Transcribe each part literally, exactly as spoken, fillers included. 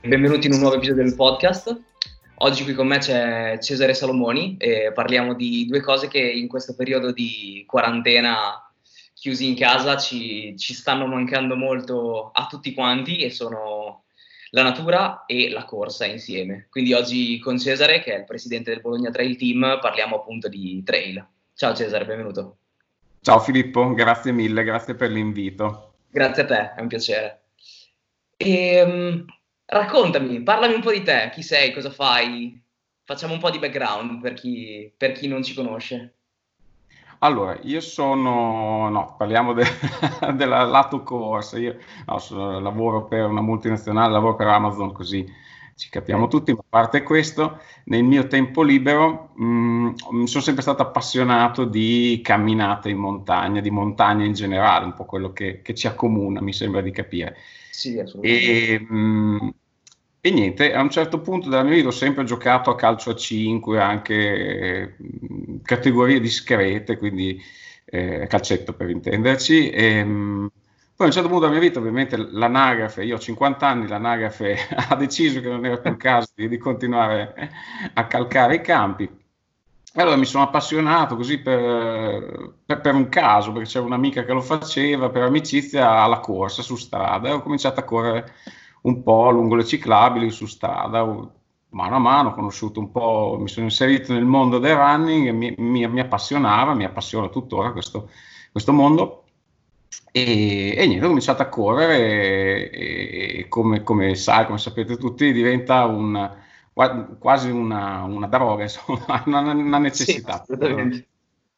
Benvenuti in un nuovo episodio del podcast. Oggi qui con me c'è Cesare Salomoni e parliamo di due cose che in questo periodo di quarantena chiusi in casa ci, ci stanno mancando molto a tutti quanti, e sono la natura e la corsa insieme. Quindi oggi con Cesare, che è il presidente del Bologna Trail Team, parliamo appunto di trail. Ciao Cesare, benvenuto. Ciao Filippo, grazie mille, grazie per l'invito. Grazie a te, è un piacere. E, um, raccontami, parlami un po' di te, chi sei, cosa fai? Facciamo un po' di background per chi, per chi non ci conosce. Allora, io sono, no, parliamo de, del lato corsa, io no, sono, lavoro per una multinazionale, lavoro per Amazon, così ci capiamo Okay. tutti, ma a parte questo, nel mio tempo libero mh, sono sempre stato appassionato di camminate in montagna, di montagna in generale, un po' quello che, che ci accomuna, mi sembra di capire. Sì, assolutamente. E, mh, e niente, a un certo punto della mia vita ho sempre giocato a calcio a cinque, anche mh, categorie discrete, quindi eh, calcetto per intenderci. E, mh, poi a un certo punto della mia vita, ovviamente, l'anagrafe, io ho cinquanta anni, l'anagrafe ha deciso che non era più il caso di, di continuare a calcare i campi. E allora mi sono appassionato così per, per, per un caso, perché c'era un'amica che lo faceva, per amicizia, alla corsa su strada, e ho cominciato a correre un po' lungo le ciclabili su strada, mano a mano ho conosciuto un po', mi sono inserito nel mondo del running e mi, mi, mi appassionava, mi appassiona tuttora questo, questo mondo. E, e niente, ho cominciato a correre e, e come, come sai, come sapete tutti, diventa un, quasi una, una droga, insomma, una, una Sì, necessità. assolutamente.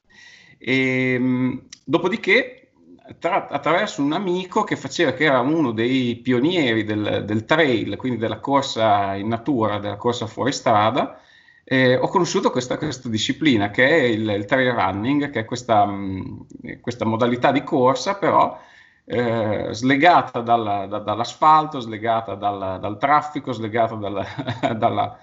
E, dopodiché, tra, attraverso un amico che faceva, che era uno dei pionieri del, del trail, quindi della corsa in natura, della corsa fuori strada, eh, ho conosciuto questa, questa disciplina che è il, il trail running, che è questa, mh, questa modalità di corsa, però eh, slegata dalla, da, dall'asfalto, slegata dal, dal traffico, slegata dalla, dalla,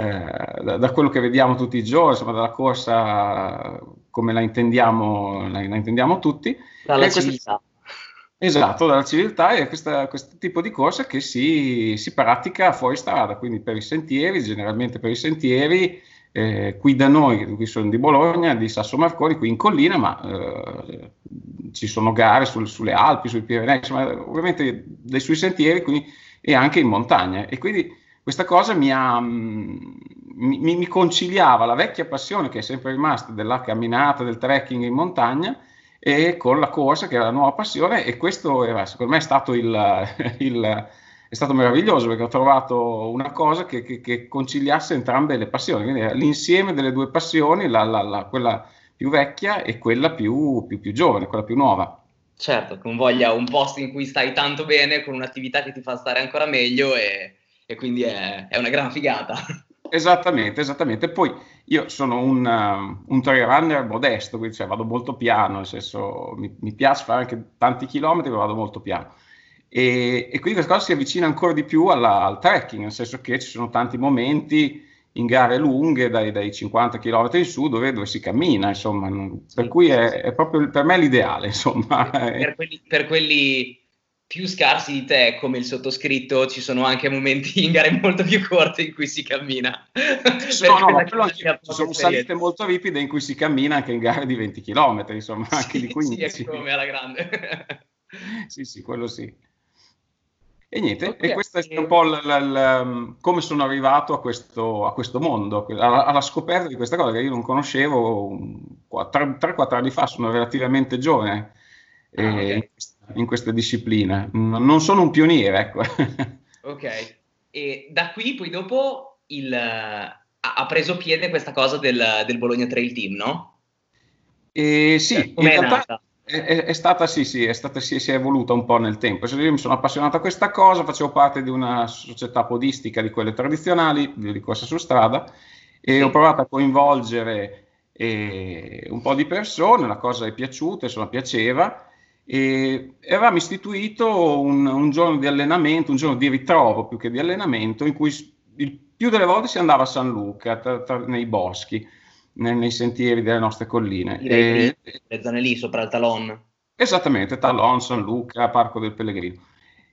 eh, da, da quello che vediamo tutti i giorni, insomma, dalla corsa come la intendiamo, la, la intendiamo tutti. Dalla E questa, civiltà. esatto, dalla civiltà, è questa, questo tipo di corsa che si, si pratica fuori strada, quindi per i sentieri, generalmente per i sentieri, eh, qui da noi, qui sono di Bologna, di Sasso Marconi, qui in collina, ma eh, ci sono gare sul, sulle Alpi, sui Pirenei, insomma, ovviamente dei sui sentieri qui, e anche in montagna. E quindi questa cosa mi, ha, mi, mi conciliava la vecchia passione che è sempre rimasta della camminata, del trekking in montagna, e con la corsa che era la nuova passione, e questo era, secondo me è stato, il, il, è stato meraviglioso, perché ho trovato una cosa che, che, che conciliasse entrambe le passioni, quindi era l'insieme delle due passioni, la, la, la, quella più vecchia e quella più, più, più giovane, quella più nuova. Certo, con voglia un posto in cui stai tanto bene, con un'attività che ti fa stare ancora meglio, e, e quindi è, è una gran figata. Esattamente, esattamente. Poi io sono un, um, un trail runner modesto, quindi cioè, vado molto piano, nel senso mi, mi piace fare anche tanti chilometri, ma vado molto piano. E, e quindi questa cosa si avvicina ancora di più alla, al trekking, nel senso che ci sono tanti momenti in gare lunghe, dai, dai cinquanta chilometri in su, dove, dove si cammina, insomma, non- per Sì. cui è, è proprio per me l'ideale, insomma. Per quelli, per quelli più scarsi di te, come il sottoscritto, ci sono anche momenti in gare molto più corte in cui si cammina. No, Per no, ma quella che quello anche, ha ci poca sono salite esperienza. molto ripide in cui si cammina anche in gare di venti chilometri, insomma, anche di Sì, sì, è quindici. come alla grande. Sì, sì, quello sì. E niente, Ok, e questo è un e- po' l- l- l- come sono arrivato a questo, a questo mondo, alla, alla scoperta di questa cosa che io non conoscevo tre quattro anni fa, sono relativamente giovane ah, eh, ok, in, questa, in questa disciplina. Non non sono un pioniere, ecco. ok. E da qui poi dopo il, ha, ha preso piede questa cosa del, del Bologna Trail Team, no? E Cioè, sì, in com'è realtà nata? è, è- è stata, sì, sì, è stata, si, si è evoluta un po' nel tempo. Cioè, io mi sono appassionato a questa cosa, facevo parte di una società podistica di quelle tradizionali, di corsa su strada, e ho Sì, provato a coinvolgere eh, un po' di persone, la cosa è piaciuta, insomma, piaceva, e avevamo istituito un, un giorno di allenamento, un giorno di ritrovo più che di allenamento, in cui s- il più delle volte si andava a San Luca, tra- tra- nei boschi, nei, nei sentieri delle nostre colline. direi E, lì, le zone lì, sopra il Talon. esattamente, Talon, San Luca, Parco del Pellegrino.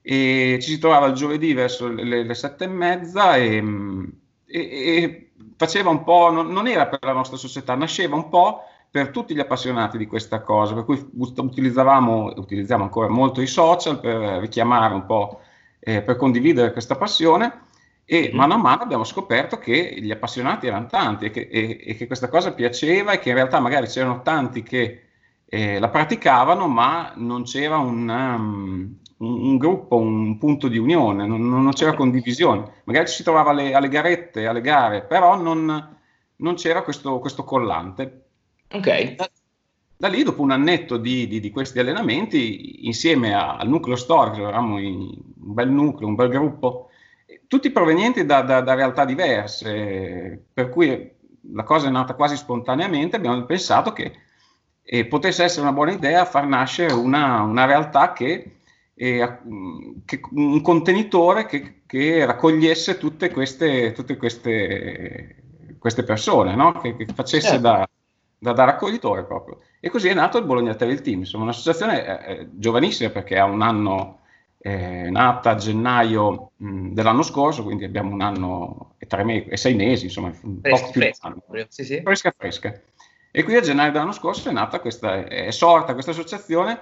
e ci si trovava il giovedì verso le, le sette e mezza e, e, e faceva un po', non, non era per la nostra società, nasceva un po' per tutti gli appassionati di questa cosa, per cui utilizzavamo, utilizziamo ancora molto i social per richiamare un po', eh, per condividere questa passione, e mano a mano abbiamo scoperto che gli appassionati erano tanti e che, e, e che questa cosa piaceva, e che in realtà magari c'erano tanti che eh, la praticavano, ma non c'era un, um, un, un gruppo, un punto di unione, non, non c'era condivisione. Magari ci si trovava alle, alle garette, alle gare, però non, non c'era questo, questo collante. Ok. Da, da lì, dopo un annetto di, di, di questi allenamenti, insieme a, al nucleo storico, eravamo in un bel nucleo, un bel gruppo, tutti provenienti da, da, da realtà diverse, per cui la cosa è nata quasi spontaneamente. Abbiamo pensato che eh, potesse essere una buona idea far nascere una, una realtà che, eh, che un contenitore che, che raccogliesse tutte queste, tutte queste, queste persone, no? che, che facesse certo. da, da, da raccoglitore proprio. E così è nato il Bologna Trail Team, insomma un'associazione eh, giovanissima, perché ha un anno... È nata a gennaio mh, dell'anno scorso, quindi abbiamo un anno e, tre me- e sei mesi, insomma, un fresca, poco più fresca, di sì, sì. fresca fresca. E qui a gennaio dell'anno scorso è nata questa, è sorta questa associazione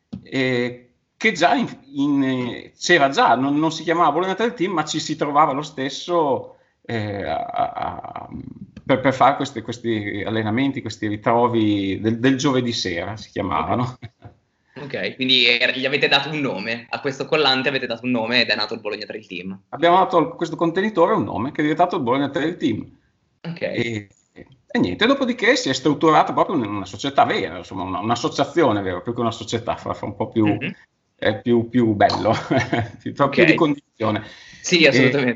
eh, che già in, in, c'era già, non, non si chiamava Bologna Trail Team, ma ci si trovava lo stesso eh, a, a, per, per fare questi, questi allenamenti, questi ritrovi del, del giovedì sera, si chiamavano. Okay. Ok, quindi gli avete dato un nome, a questo collante avete dato un nome ed è nato il Bologna Trail Team. Abbiamo dato a questo contenitore un nome che è diventato il Bologna Trail Team. Ok. E, e niente, dopodiché si è strutturata proprio in una società vera, insomma una, un'associazione vera, più che una società, fa, fa un po' più, mm-hmm. è più, più bello, più, okay. più di condivisione. Sì, assolutamente.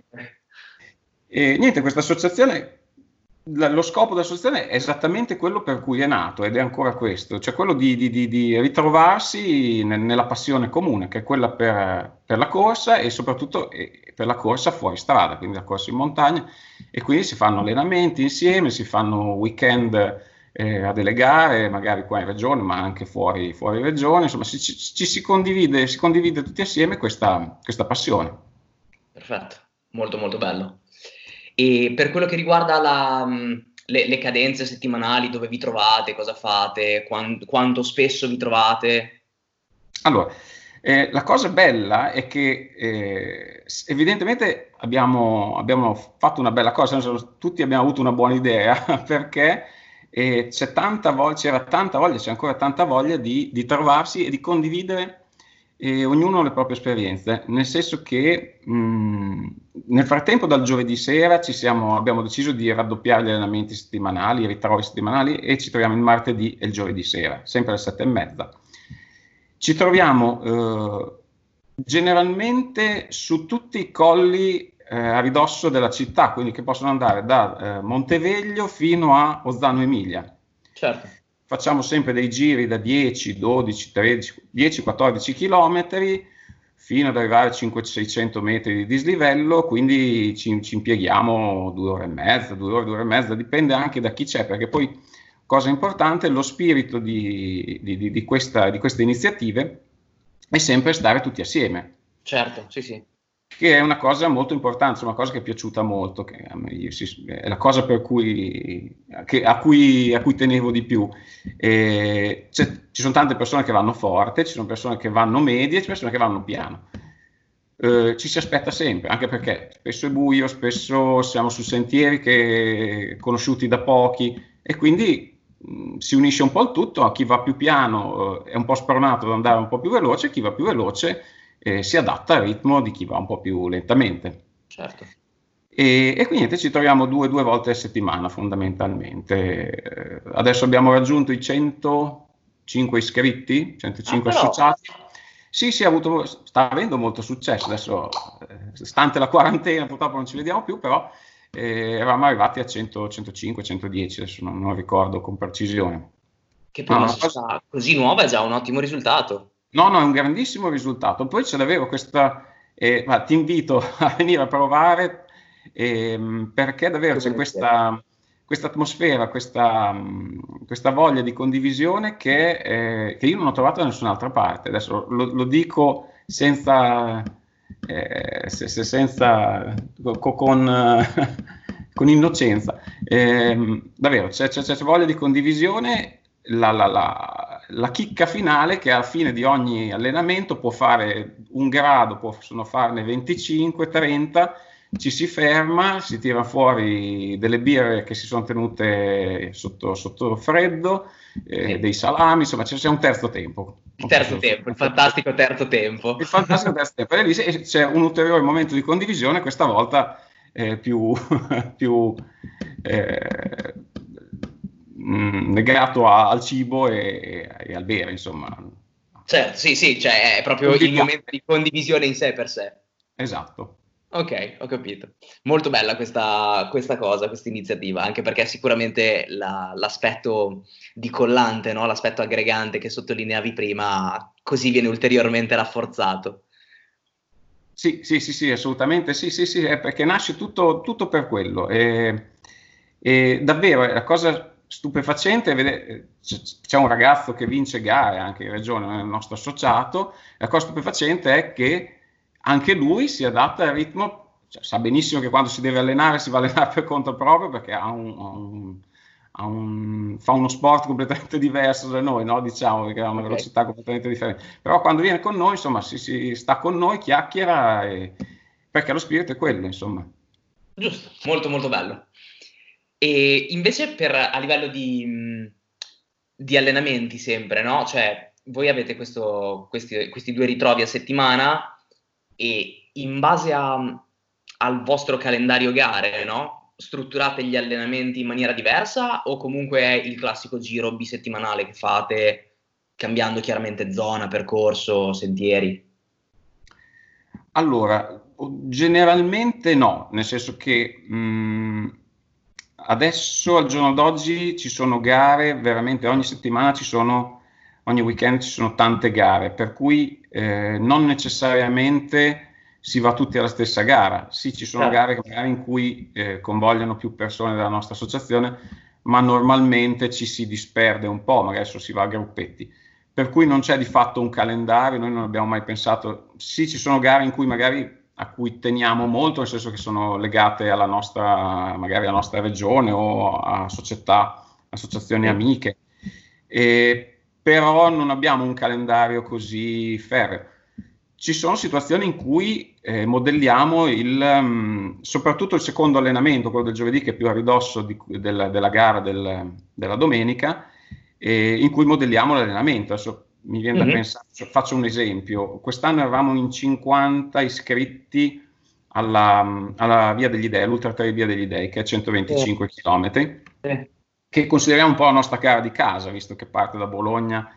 E, e niente, questa associazione... Lo scopo dell'associazione è esattamente quello per cui è nato, ed è ancora questo, cioè quello di, di, di, di ritrovarsi nel, nella passione comune, che è quella per, per la corsa, e soprattutto per la corsa fuori strada, quindi la corsa in montagna, e quindi si fanno allenamenti insieme, si fanno weekend eh, a delle gare, magari qua in regione, ma anche fuori, fuori regione, insomma ci, ci, ci si condivide, si condivide tutti assieme questa, questa passione. Perfetto, molto molto bello. E per quello che riguarda la, le, le cadenze settimanali, dove vi trovate, cosa fate, quant, quanto spesso vi trovate? Allora, eh, la cosa bella è che eh, evidentemente abbiamo, abbiamo fatto una bella cosa, tutti abbiamo avuto una buona idea, perché eh, c'è tanta voglia, c'era tanta voglia, c'è ancora tanta voglia di, di trovarsi e di condividere e ognuno le proprie esperienze, nel senso che mh, nel frattempo dal giovedì sera ci siamo, abbiamo deciso di raddoppiare gli allenamenti settimanali, i ritrovi settimanali, e ci troviamo il martedì e il giovedì sera, sempre alle sette e mezza. Ci troviamo eh, generalmente su tutti i colli eh, a ridosso della città, quindi che possono andare da eh, Monteveglio fino a Ozzano Emilia. Certo. Facciamo sempre dei giri da dieci, dodici, tredici, dieci, quattordici chilometri fino ad arrivare a cinquecento seicento metri di dislivello, quindi ci, ci impieghiamo due ore e mezza, due ore, due ore e mezza, dipende anche da chi c'è, perché poi, cosa importante, lo spirito di, di, di, di, questa, di queste iniziative è sempre stare tutti assieme. Certo, sì, sì. Che è una cosa molto importante, una cosa che è piaciuta molto, che è la cosa per cui, che, a, cui, a cui tenevo di più. E ci sono tante persone che vanno forte, ci sono persone che vanno medie, ci sono persone che vanno piano. Eh, ci si aspetta sempre, anche perché spesso è buio, spesso siamo su sentieri che conosciuti da pochi, e quindi mh, si unisce un po' il tutto. A chi va più piano eh, è un po' spronato ad andare un po' più veloce, chi va più veloce Eh, si adatta al ritmo di chi va un po' più lentamente. Certo. E, e quindi ci troviamo due, due volte a settimana fondamentalmente. Eh, adesso abbiamo raggiunto i centocinque iscritti, centocinque ah, associati. Sì, sì, ha avuto, sta avendo molto successo. Adesso, eh, stante la quarantena, purtroppo non ci vediamo più, però eh, eravamo arrivati a cento, centocinque, centodieci, adesso non, non ricordo con precisione. Che per no, una società cosa... così nuova è già un ottimo risultato. No, no, è un grandissimo risultato. Poi c'è davvero questa, eh, ma ti invito a venire a provare, eh, perché davvero c'è questa, questa atmosfera, questa, questa voglia di condivisione che, eh, che io non ho trovato da nessun'altra parte. Adesso lo, lo dico senza, eh, se, se senza, co, con, con innocenza. Eh, davvero, c'è, c'è, c'è voglia di condivisione, la, la, la, la chicca finale che alla fine di ogni allenamento può fare un grado, possono farne venticinque, trenta, ci si ferma, si tira fuori delle birre che si sono tenute sotto, sotto freddo, eh, sì. dei salami, insomma c'è, c'è un terzo tempo. Il terzo tempo, il fantastico terzo tempo. Il fantastico terzo tempo. E lì c'è un ulteriore momento di condivisione, questa volta eh, più, più eh, legato a, al cibo e, e al bere, insomma. Certo, sì, sì, cioè è proprio il momento di condivisione in sé per sé. Esatto. Ok, ho capito. Molto bella questa, questa cosa, questa iniziativa, anche perché sicuramente la, l'aspetto di collante, no? L'aspetto aggregante che sottolineavi prima, così viene ulteriormente rafforzato. Sì, sì, sì, sì, assolutamente, sì, sì, sì, è perché nasce tutto, tutto per quello. E, e davvero la cosa stupefacente è vedere, c'è un ragazzo che vince gare anche in regione, il nostro associato, la cosa stupefacente è che anche lui si adatta al ritmo, cioè, sa benissimo che quando si deve allenare si va a allenare per conto proprio perché ha un, ha un, ha un, fa uno sport completamente diverso da noi, no? Diciamo, perché ha una okay. velocità completamente differente. Però quando viene con noi, insomma, si, si sta con noi, chiacchiera, e, perché lo spirito è quello, insomma. Giusto, molto molto bello. E invece per, a livello di, di allenamenti sempre, no? Cioè, voi avete questo, questi, questi due ritrovi a settimana e in base a, al vostro calendario gare, no? Strutturate gli allenamenti in maniera diversa o comunque è il classico giro bisettimanale che fate cambiando chiaramente zona, percorso, sentieri? Allora, generalmente no, nel senso che mh, adesso al giorno d'oggi ci sono gare, veramente ogni settimana ci sono, ogni weekend ci sono tante gare, per cui eh, non necessariamente si va tutti alla stessa gara. Sì, ci sono gare magari in cui eh, convogliano più persone della nostra associazione, ma normalmente ci si disperde un po', magari adesso si va a gruppetti. Per cui non c'è di fatto un calendario, noi non abbiamo mai pensato, sì ci sono gare in cui magari a cui teniamo molto, nel senso che sono legate alla nostra, magari alla nostra regione o a società, associazioni amiche, e, però non abbiamo un calendario così ferreo. Ci sono situazioni in cui eh, modelliamo il, um, soprattutto il secondo allenamento, quello del giovedì che è più a ridosso di, del, della gara del, della domenica, eh, in cui modelliamo l'allenamento. Adesso mi viene mm-hmm. da pensare, faccio un esempio, quest'anno eravamo in cinquanta iscritti alla, alla Via degli Dei, all'Ultra Trail Via degli Dei, che è centoventicinque eh. chilometri, eh. che consideriamo un po' la nostra gara di casa, visto che parte da Bologna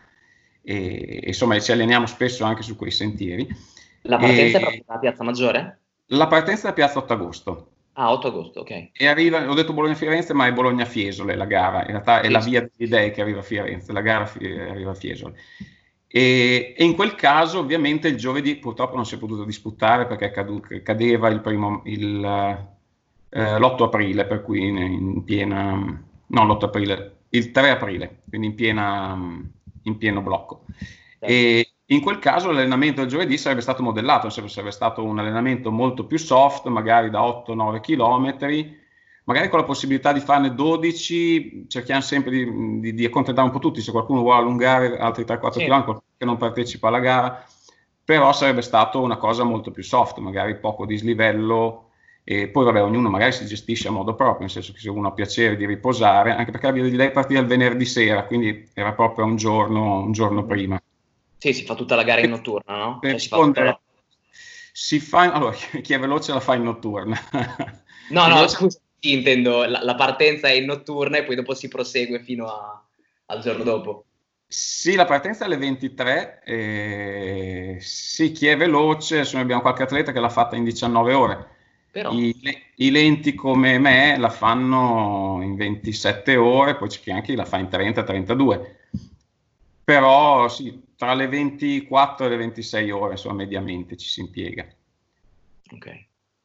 e insomma ci alleniamo spesso anche su quei sentieri. La partenza e, è proprio da Piazza Maggiore? La partenza è da Piazza otto agosto. Ah, otto agosto, ok. E arriva, ho detto Bologna-Firenze, ma è Bologna-Fiesole la gara, in realtà è sì, la Via degli Dei che arriva a Firenze, la gara arriva a Fiesole. E, e in quel caso ovviamente il giovedì purtroppo non si è potuto disputare perché cadu, cadeva il primo, il, eh, l'otto aprile, per cui in, in piena, no l'otto aprile, il tre aprile, quindi in, piena, in pieno blocco. E in quel caso l'allenamento del giovedì sarebbe stato modellato, sarebbe stato un allenamento molto più soft, magari da otto nove chilometri, magari con la possibilità di farne dodici, cerchiamo sempre di, di, di accontentare un po' tutti, se qualcuno vuole allungare altri tre quattro sì. chilometri che non partecipa alla gara, però sarebbe stato una cosa molto più soft, magari poco dislivello, e poi vabbè ognuno magari si gestisce a modo proprio, nel senso che se uno ha piacere di riposare, anche perché la Via degli Dei partiva il venerdì sera, quindi era proprio un giorno, un giorno prima. Sì, si fa tutta la gara in notturna, no? Cioè, si, fa la... si fa, allora, chi è veloce la fa in notturna. No, no, veloce... scusa, sì, intendo, la, la partenza è in notturna e poi dopo si prosegue fino a, al giorno dopo. Sì, la partenza è alle ventitré, e... sì, chi è veloce, adesso noi abbiamo qualche atleta che l'ha fatta in diciannove ore. Però... I, I lenti come me la fanno in ventisette ore, poi c'è chi anche la fa in trenta trentadue. Però sì, tra le ventiquattro e le ventisei ore, insomma, mediamente ci si impiega. Ok.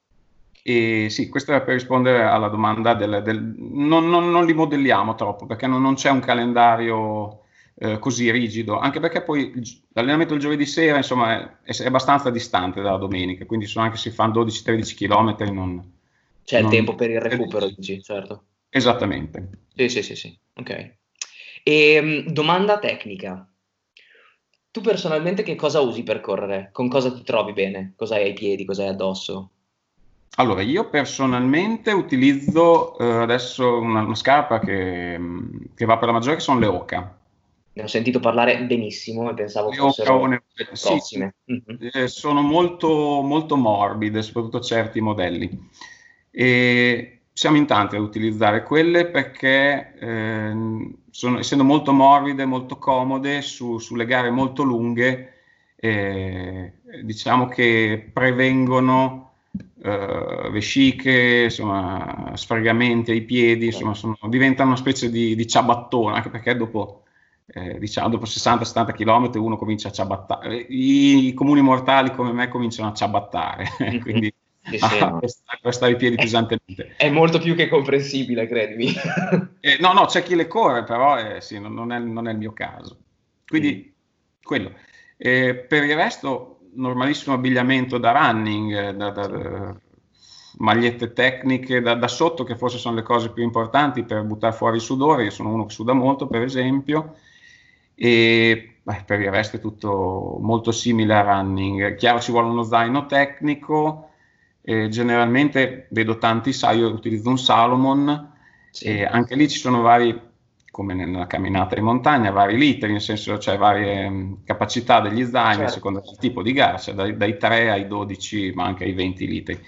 E sì, questo è per rispondere alla domanda del... del non, non, non li modelliamo troppo, perché non, non c'è un calendario eh, così rigido, anche perché poi il- l'allenamento del giovedì sera, insomma, è, è abbastanza distante dalla domenica, quindi sono anche se si fanno dodici tredici chilometri, non, C'è il non- tempo per il recupero, dici, certo. Esattamente. Sì, sì, sì, sì, ok. E, domanda tecnica. Tu personalmente che cosa usi per correre? Con cosa ti trovi bene? Cosa hai ai piedi? Cosa hai addosso? Allora, io personalmente utilizzo eh, adesso una, una scarpa che, mh, che va per la maggiore, che sono le Oka. Ne ho sentito parlare benissimo e pensavo Le Oka o fossero ne- le sì, prossime. Mhm. eh, sono molto, molto morbide, soprattutto certi modelli. E siamo in tanti ad utilizzare quelle perché, ehm, sono- essendo molto morbide, molto comode, su- sulle gare molto lunghe, eh, diciamo che prevengono eh, vesciche, insomma, sfregamenti ai piedi, insomma, sono- diventano una specie di, di ciabattone, anche perché dopo, eh, diciamo, dopo sessanta settanta km uno comincia a ciabattare. I, i comuni mortali come me cominciano a ciabattare, Mhm. quindi Sì, sì, a no. prestare i piedi pesantemente. È molto più che comprensibile, credimi. Eh, no, no, c'è chi le corre, però eh, sì, non, non è, non è il mio caso. Mm. Quindi, quello. Eh, per il resto, normalissimo abbigliamento da running, eh, da, da- Sì. da- magliette tecniche da, da sotto, che forse sono le cose più importanti per buttare fuori il sudore. Io sono uno che suda molto, per esempio, e beh, per il resto è tutto molto simile a running. Chiaro, ci vuole uno zaino tecnico, eh, generalmente vedo tanti, sai, io utilizzo un Salomon, e Sì, anche lì ci sono vari, come nella camminata in montagna, vari litri, nel senso c'è varie mh, capacità degli zaini a certo. seconda del tipo di gara, cioè dai, dai tre ai dodici, ma anche ai venti litri.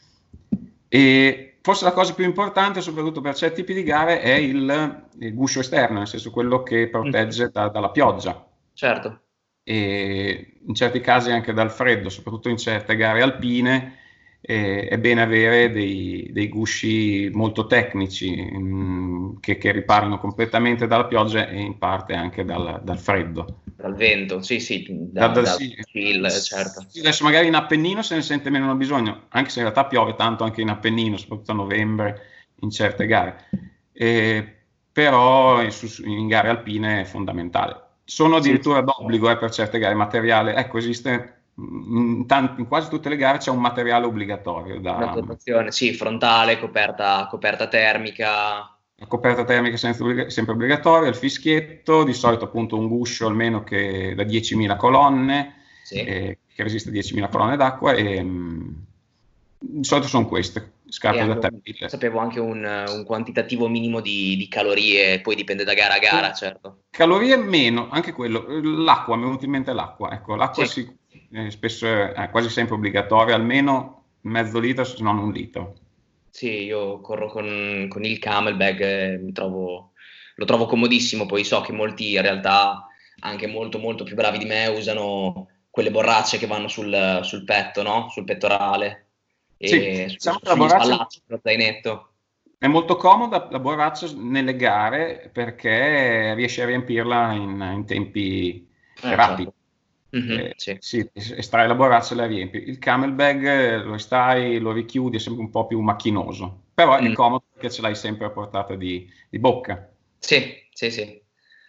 E forse la cosa più importante, soprattutto per certi tipi di gare, è il, il guscio esterno, nel senso quello che Mhm. protegge da- dalla pioggia Certo. e in certi casi anche dal freddo, soprattutto in certe gare alpine, eh, è bene avere dei, dei gusci molto tecnici mh, che, che riparano completamente dalla pioggia e in parte anche dal, dal freddo. Dal vento, sì, sì, Da, da, da- da sì, chill, certo. sì, adesso magari in Appennino se ne sente meno bisogno, anche se in realtà piove tanto anche in Appennino, soprattutto a novembre in certe gare. Eh, però in, su- in gare alpine è fondamentale. Sono Sì, addirittura d'obbligo eh, per certe gare materiale. Ecco, esiste mm, in, tanti- in quasi tutte le gare c'è un materiale obbligatorio una da, protezione, sì, frontale, coperta, coperta termica. la coperta termica senza obbliga- sempre obbligatoria, il fischietto, di solito appunto un guscio almeno che da diecimila colonne, Sì. eh, che resiste a diecimila colonne d'acqua e mh, di solito sono queste, E scarpe da anche un- trekking. sapevo anche un, un quantitativo minimo di, di calorie, poi dipende da gara a gara, certo. Calorie meno, anche quello, l'acqua, mi è venuto in mente l'acqua, ecco, l'acqua Sì, sì, eh, spesso è, è quasi sempre obbligatoria, almeno mezzo litro, se non un litro. sì, io corro con, con il Camelback, e mi trovo, lo trovo comodissimo, poi so che molti in realtà, anche molto molto più bravi di me, usano quelle borracce che vanno sul, sul petto, no? Sul pettorale Sì, e su- diciamo che la sugli borraccia spallacci, sullo zainetto. è molto comoda la borraccia nelle gare perché riesce a riempirla in, in tempi Eh, rapidi. certo. Mhm, Eh, sì. sì, estrai la borraccia e la riempi. Il camelbag eh, lo estrai, lo richiudi, è sempre un po' più macchinoso, però è Mm. comodo perché ce l'hai sempre a portata di, di bocca. Sì, sì, sì,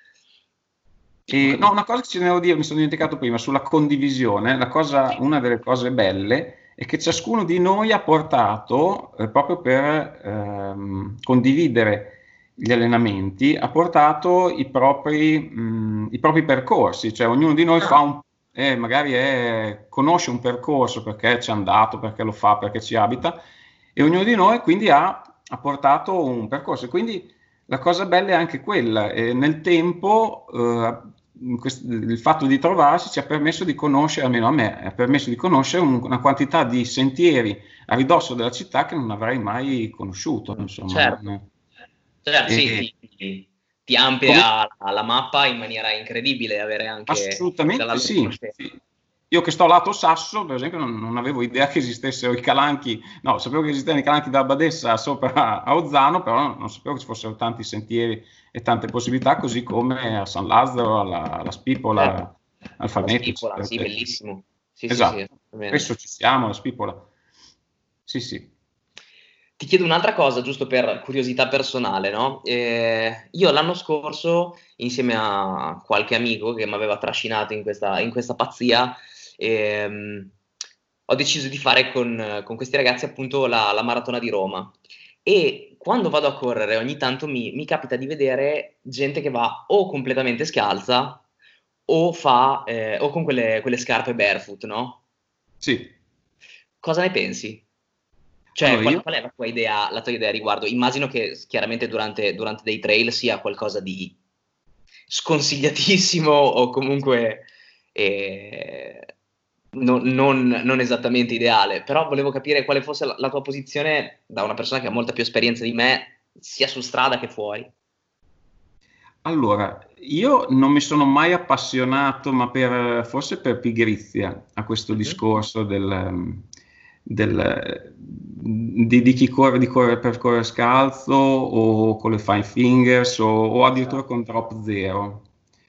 ho E, no, capito. una cosa che ci devo dire, mi sono dimenticato prima, sulla condivisione, la cosa, una delle cose belle è che ciascuno di noi ha portato, eh, proprio per ehm, condividere gli allenamenti, ha portato i propri, mh, i propri percorsi, cioè ognuno di noi fa un, eh, magari è- conosce un percorso perché ci è andato, perché lo fa, perché ci abita, e ognuno di noi quindi ha, ha portato un percorso. Quindi la cosa bella è anche quella, e nel tempo eh, quest- il fatto di trovarsi ci ha permesso di conoscere, almeno a me, ha permesso di conoscere un- una quantità di sentieri a ridosso della città che non avrei mai conosciuto, insomma. Certo, non- certo, sì, e ti, ti- ti come amplia la, la mappa in maniera incredibile avere anche dalla assolutamente loro sì, conoscenza. sì. Io che sto lato Sasso, per esempio, non, non avevo idea che esistessero i calanchi, no, sapevo che esistevano i calanchi da Badessa sopra a Ozzano, però non, non sapevo che ci fossero tanti sentieri e tante possibilità, così come a San Lazzaro, alla, alla Certo, Spipola, al la Farneto, spipola, eccetera, sì, eccetera. bellissimo. Sì, sì, sì, Esatto, assolutamente. spesso ci siamo, la Spipola. Sì, sì. ti chiedo un'altra cosa, giusto per curiosità personale, no? Eh, io l'anno scorso, insieme a qualche amico che mi aveva trascinato in questa, in questa pazzia, ehm, ho deciso di fare con, con questi ragazzi appunto la, la maratona di Roma. E quando vado a correre, ogni tanto mi, mi capita di vedere gente che va o completamente scalza o fa eh, o con quelle, quelle scarpe barefoot, no? Sì. Cosa ne pensi? Cioè, Allora, qual, io qual è la tua idea, la tua idea a riguardo? Immagino che chiaramente durante, durante dei trail sia qualcosa di sconsigliatissimo o comunque eh, non, non- non esattamente ideale, però volevo capire quale fosse la, la tua posizione da una persona che ha molta più esperienza di me, sia su strada che fuori. Allora, io non mi sono mai appassionato, ma per, forse per pigrizia, a questo Mhm. discorso del, ehm, del, di, di chi corre, di correre per correre scalzo o con le five fingers o, o addirittura Esatto. con drop zero.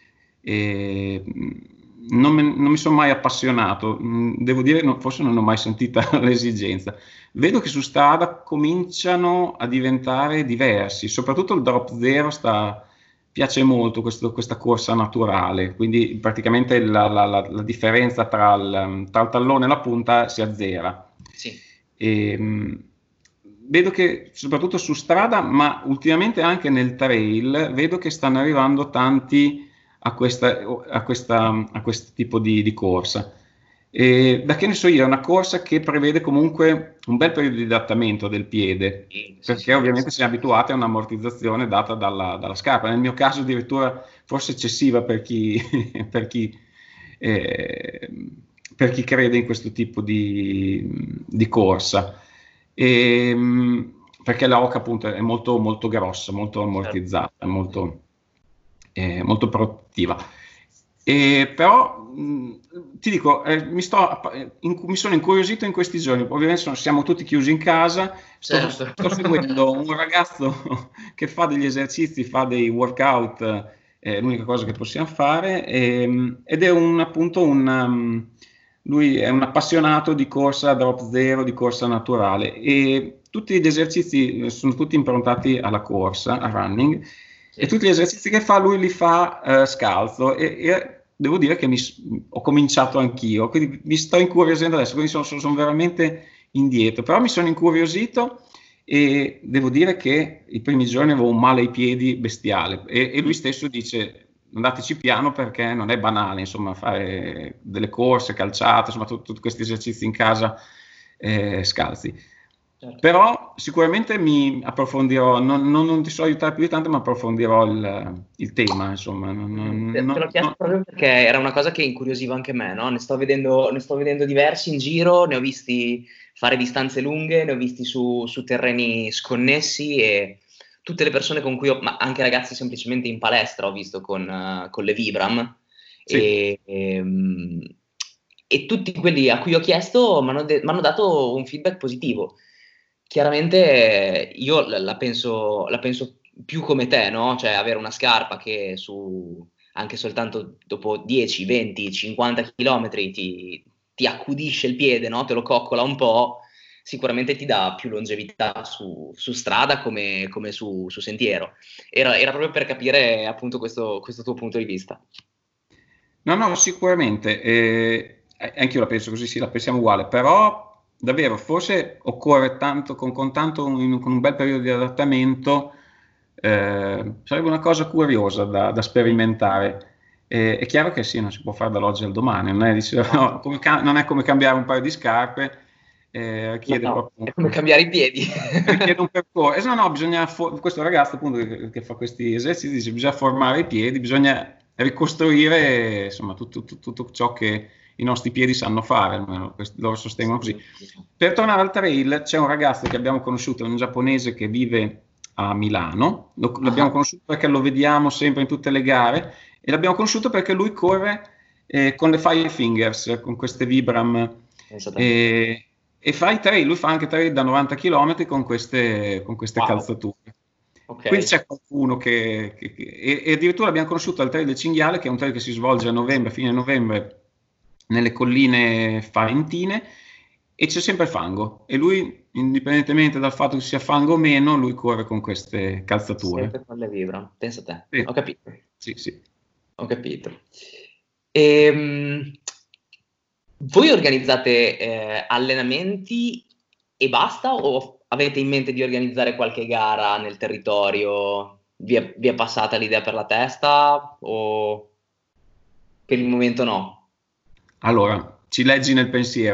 E, mh, non, me- non mi sono mai appassionato, mh, devo dire, no, forse non ho mai sentita l'esigenza. Vedo che su strada cominciano a diventare diversi, soprattutto il drop zero sta piace molto questo- questa corsa naturale, quindi praticamente la, la- la- la differenza tra il, tra il tallone e la punta si azzera. Sì. E, mh, vedo che soprattutto su strada, ma ultimamente anche nel trail, vedo che stanno arrivando tanti a, questa, a, questa, a questo tipo di, di corsa. E, da che ne so io, è una corsa che prevede comunque un bel periodo di adattamento del piede, Sì, sì, perché sì. ovviamente siamo abituati a un'ammortizzazione data dalla, dalla scarpa. Nel mio caso addirittura forse eccessiva per chi, per chi, eh, per chi crede in questo tipo di, di corsa. E, perché la oca appunto è molto, molto grossa, molto Certo. ammortizzata, molto, eh, molto proattiva. E però mh, ti dico, eh, mi, sto, eh, in- mi sono incuriosito in questi giorni, ovviamente sono- siamo tutti chiusi in casa, sto, Certo. sto seguendo un ragazzo che fa degli esercizi, fa dei workout, eh, è l'unica cosa che possiamo fare, ehm, ed è un, appunto un, um, lui è un appassionato di corsa drop zero, di corsa naturale e tutti gli esercizi eh, sono tutti improntati alla corsa, a running, e Sì. tutti gli esercizi che fa lui li fa eh, scalzo e, e devo dire che mi, ho cominciato anch'io, quindi mi sto incuriosendo adesso, quindi sono, sono veramente indietro, però mi sono incuriosito e devo dire che i primi giorni avevo un male ai piedi bestiale e, e lui stesso dice andateci piano perché non è banale, insomma, fare delle corse, calciate, insomma, tut- tutti questi esercizi in casa eh, scalzi. Certo. Però sicuramente mi approfondirò, non, non- non ti so aiutare più di tanto, ma approfondirò il, il tema, insomma. Non- Mm, non- Te, te non- l'ho chiesto non- proprio perché era una cosa che incuriosiva anche me, no? Ne sto vedendo, ne sto vedendo diversi in giro, ne ho visti fare distanze lunghe, ne ho visti su, su terreni sconnessi e tutte le persone con cui ho, ma anche ragazzi semplicemente in palestra ho visto con, eh, con le Vibram sì. e, e, mm, e tutti quelli a cui ho chiesto mi hanno de- m'hanno dato un feedback positivo. Chiaramente eh, io la, la penso, la penso più come te, no? Cioè avere una scarpa che su anche soltanto dopo dieci, venti, cinquanta chilometri ti, ti accudisce il piede, no? Te lo coccola un po', sicuramente ti dà più longevità su, su strada come, come su, su sentiero. Era, era proprio per capire appunto questo, questo tuo punto di vista. No, no, sicuramente, eh, eh, anch'io la penso così, sì, la pensiamo uguale, però davvero forse occorre tanto, con, con tanto un, con un bel periodo di adattamento, eh, sarebbe una cosa curiosa da, da sperimentare. Eh, è chiaro che sì, non si può fare dall'oggi al domani, non è, dice, no, come ca- non è come cambiare un paio di scarpe, eh, No, richiede no, proprio è come cambiare i piedi. richiede un percorso. Eh, no, no, bisogna fo- questo ragazzo appunto che, che fa questi esercizi dice bisogna formare i piedi, bisogna ricostruire insomma tutto, tutto- tutto ciò che i nostri piedi sanno fare, almeno questi- loro sostengono così. Per tornare al trail, c'è un ragazzo che abbiamo conosciuto, un giapponese che vive a Milano, Lo- l'abbiamo Ah, conosciuto perché lo vediamo sempre in tutte le gare e l'abbiamo conosciuto perché lui corre eh, con le Five Fingers, con queste Vibram pensa a te. e, e fa i trail, lui fa anche trail da novanta chilometri con queste, con queste Wow, calzature. ok. Quindi c'è qualcuno che, che- che- e, e addirittura abbiamo conosciuto al Trail del Cinghiale, che è un trail che si svolge a novembre, fine novembre, nelle colline farentine, e c'è sempre fango, e lui, indipendentemente dal fatto che sia fango o meno, lui corre con queste calzature. Sempre con le Vibram, pensa a te, Sì. ho capito. Sì, sì. Ho capito. Ehm, voi organizzate eh, allenamenti e basta, o avete in mente di organizzare qualche gara nel territorio? Vi è, vi è passata l'idea per la testa o per il momento no? Allora, ci leggi nel pensiero.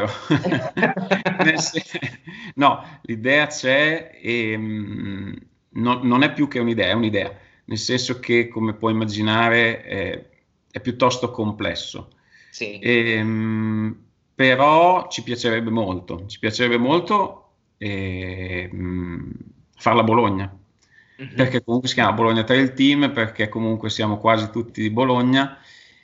Nel sen- no, l'idea c'è e mm, non, non è più che un'idea, è un'idea, nel senso che, come puoi immaginare, è, è piuttosto complesso. Sì. E, mm, però ci piacerebbe molto, ci piacerebbe molto eh, mm, farla a Bologna, Mhm. perché comunque si chiama Bologna Trail Team, perché comunque siamo quasi tutti di Bologna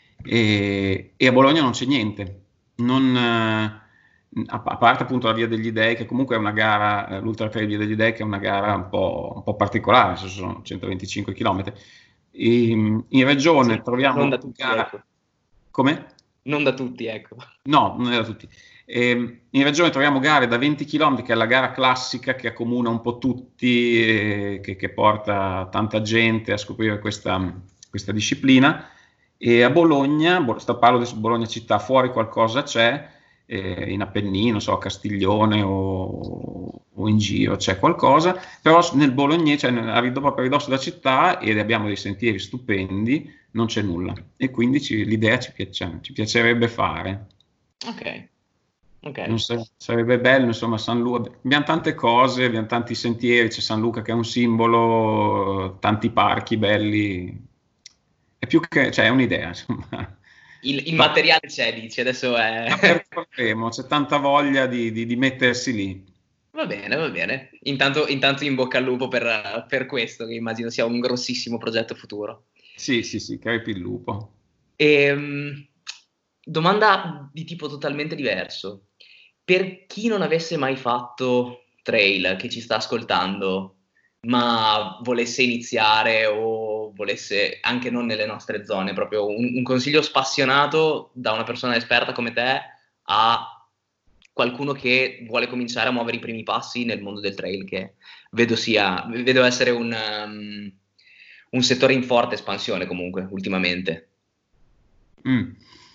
e, e a Bologna non c'è niente. Non, eh, a, a parte appunto la Via degli Dei, che comunque è una gara, eh, l'Ultra Trail Via degli Dei, che è una gara un po', un po' particolare, nel senso sono centoventicinque chilometri. In, in regione Sì, non da troviamo tutti, gara. ecco. Come? Non da tutti, ecco. No, non è da tutti. Eh, in regione troviamo gare da venti chilometri, che è la gara classica che accomuna un po' tutti, eh, che, che porta tanta gente a scoprire questa, questa disciplina. E a Bologna, Bo- sto parlo di Bologna città, fuori qualcosa c'è, eh, in Appennino, non so, a Castiglione o, o in giro c'è qualcosa, però nel Bolognese, cioè nel- a rid- proprio a ridosso della città, ed abbiamo dei sentieri stupendi, non c'è nulla. E quindi ci- l'idea ci, piace- ci piacerebbe fare. Ok, ok. Non sa- sarebbe bello, insomma, San Luca. Abbiamo tante cose, abbiamo tanti sentieri, c'è San Luca che è un simbolo, tanti parchi belli. È più che, cioè, è un'idea, insomma. Il, il Va- materiale c'è, dici, adesso è... La percorreremo, c'è tanta voglia di, di- di mettersi lì. Va bene, va bene. Intanto, intanto in bocca al lupo per, per questo, che immagino sia un grossissimo progetto futuro. Sì, sì, sì, crepi il lupo. Ehm, domanda di tipo totalmente diverso. Per chi non avesse mai fatto trail, che ci sta ascoltando, ma volesse iniziare o volesse, anche non nelle nostre zone, proprio un, un consiglio spassionato da una persona esperta come te a qualcuno che vuole cominciare a muovere i primi passi nel mondo del trail, che vedo sia, vedo essere un, um, un settore in forte espansione comunque ultimamente. Mm.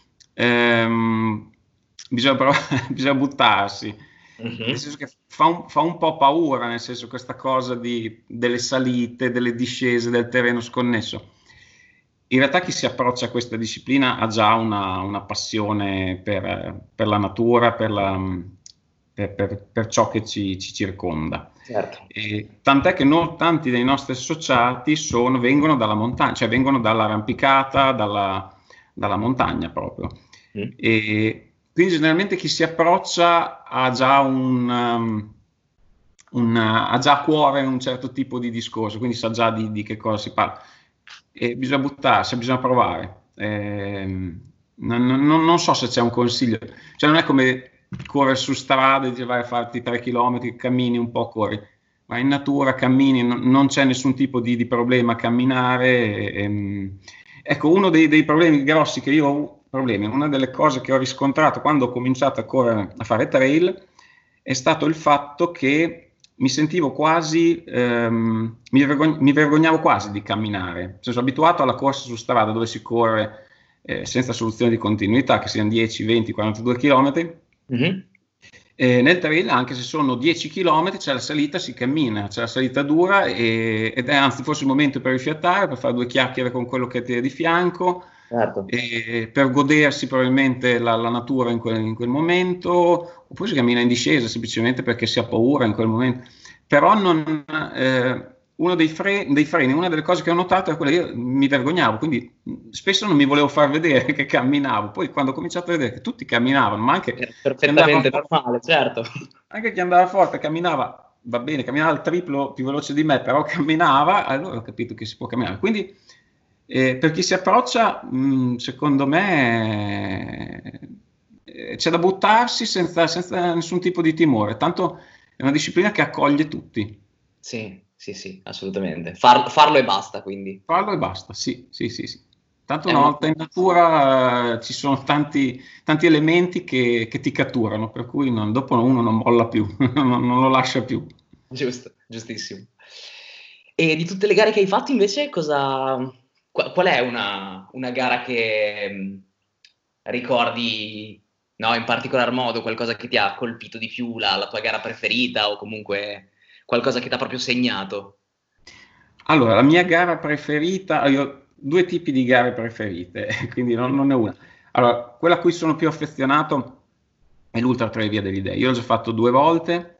Ehm, bisogna, però, bisogna buttarsi, nel Mhm. senso che fa un, fa un po' paura, nel senso questa cosa di, delle salite, delle discese, del terreno sconnesso. In realtà chi si approccia a questa disciplina ha già una, una passione per, per la natura, per, la, per, per- per ciò che ci, ci circonda. Certo. E tant'è che no- tanti dei nostri associati sono- vengono dalla montagna, cioè vengono dall'arrampicata, dalla, dalla montagna proprio. Mm. E quindi generalmente chi si approccia ha già un, um, un, ha già a cuore un certo tipo di discorso, quindi sa già di, di che cosa si parla. E bisogna buttarsi, bisogna provare. Ehm, non, non- non so se c'è un consiglio, cioè non è come correre su strada e dire vai a farti tre chilometri, cammini un po', corri, ma in natura cammini, non, non c'è nessun tipo di, di problema a camminare. E, e, ecco, uno dei, dei problemi grossi che io ho, problemi, una delle cose che ho riscontrato quando ho cominciato a correre, a fare trail, è stato il fatto che mi sentivo quasi, ehm, mi, vergogn- mi vergognavo quasi di camminare. Sono abituato alla corsa su strada dove si corre eh, senza soluzione di continuità, che siano dieci, venti, quarantadue chilometri. Mhm. Eh, nel trail, anche se sono dieci chilometri, c'è la salita, si cammina, c'è la salita dura e- ed è anzi forse il momento per rifiatare, per fare due chiacchiere con quello che ti è di fianco, Certo. e per godersi probabilmente la, la natura in quel, in quel momento, oppure si cammina in discesa semplicemente perché si ha paura in quel momento. Però non, eh, uno dei, fre- dei freni, una delle cose che ho notato è quella che io mi vergognavo, quindi mh, spesso non mi volevo far vedere che camminavo. Poi quando ho cominciato a vedere che tutti camminavano, ma anche È chi andava perfettamente forte, normale, certo. anche chi andava forte camminava, va bene, camminava il triplo più veloce di me, però camminava, allora ho capito che si può camminare. Quindi eh, per chi si approccia, mh, secondo me eh, c'è da buttarsi senza, senza nessun tipo di timore, tanto è una disciplina che accoglie tutti. Sì, sì, sì, assolutamente. Far- farlo e basta, quindi. Farlo e basta, sì, sì, sì, sì. Tanto una volta in natura uh, ci sono tanti, tanti elementi che, che ti catturano, per cui non, dopo uno non molla più, non, non lo lascia più. Giusto, giustissimo. E di tutte le gare che hai fatto invece, cosa, qual è una, una gara che mh, ricordi, no, in particolar modo, qualcosa che ti ha colpito di più, la, la tua gara preferita o comunque qualcosa che ti ha proprio segnato? Allora, la mia gara preferita, io ho due tipi di gare preferite, quindi non, non è una. Allora, quella a cui sono più affezionato è l'Ultra Trail Via degli Dei. Io l'ho già fatto due volte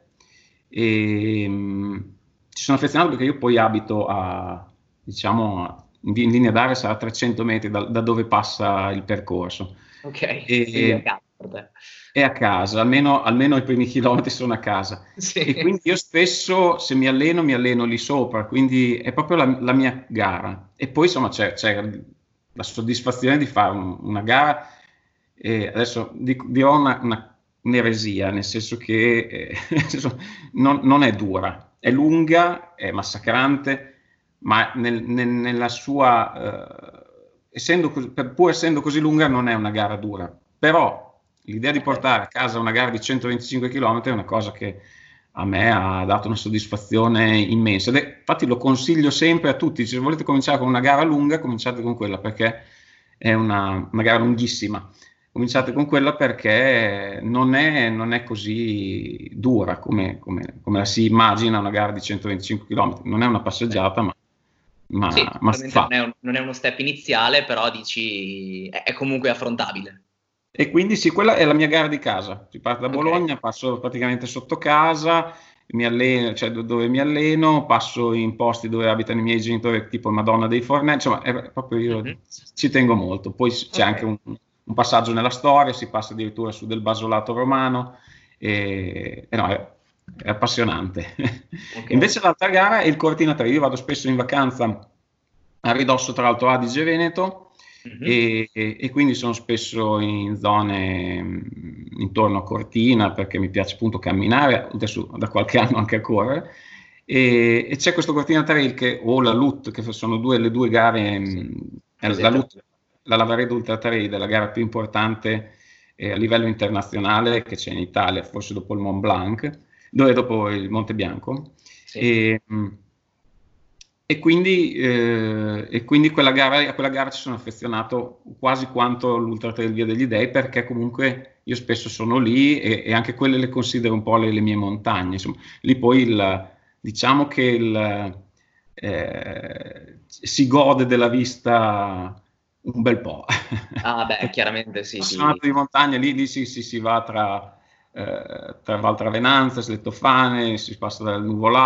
e mh, ci sono affezionato perché io poi abito a, diciamo, in, in linea d'aria sarà trecento metri da, da dove passa il percorso. Ok, E, quindi a casa per te. È a casa, almeno, almeno i primi chilometri sono a casa. Sì. E quindi io spesso, se mi alleno, mi alleno lì sopra, quindi è proprio la, la mia gara. E poi insomma c'è, c'è la soddisfazione di fare un, una gara, e adesso dico, dirò una, una, un'eresia, nel senso che eh, non, non è dura, è lunga, è massacrante, ma nel, nel, nella sua, eh, essendo, pur essendo così lunga non è una gara dura. Però l'idea di portare a casa una gara di centoventicinque chilometri è una cosa che a me ha dato una soddisfazione immensa. Ed è, infatti lo consiglio sempre a tutti, se volete cominciare con una gara lunga, cominciate con quella perché è una, una gara lunghissima. Cominciate con quella perché non è, non è così dura come, come, come la si immagina una gara di centoventicinque chilometri. Non è una passeggiata, ma, ma, sì, ma non è, un, non è uno step iniziale, però dici è, è comunque affrontabile. E quindi sì, quella è la mia gara di casa. Si parte da Okay. Bologna, passo praticamente sotto casa, mi alleno, cioè dove mi alleno, passo in posti dove abitano i miei genitori, tipo Madonna dei Fornelli, insomma, è proprio io Mm-hmm. ci tengo molto. Poi c'è okay. anche un, un passaggio nella storia, si passa addirittura su del basolato romano, e, e no, è, è appassionante. Okay. Invece l'altra gara è il Cortina Trail. Io vado spesso in vacanza a ridosso tra l'Alto Adige e Veneto. Mm-hmm. E, e, e quindi sono spesso in zone mh, intorno a Cortina perché mi piace appunto camminare, adesso da qualche anno anche a correre, e, e c'è questo Cortina Trail che, o la L U T, che sono due, le due gare, mh, la L U T, la Lavaredo Ultra Trail è la gara più importante eh, a livello internazionale che c'è in Italia, forse dopo il Mont Blanc, dove dopo il Monte Bianco. Sì. E, mh, E quindi, eh, e quindi quella gara, a quella gara ci sono affezionato quasi quanto l'Ultra Trail Via degli Dei, perché comunque io spesso sono lì e, e anche quelle le considero un po' le, le mie montagne. Insomma, lì poi il, diciamo che il, eh, si gode della vista un bel po'. Ah beh, chiaramente sì. Appassionato di montagna, lì, lì si, si, si va tra... Eh, tra Val Travenanza, Slettofane, si passa dal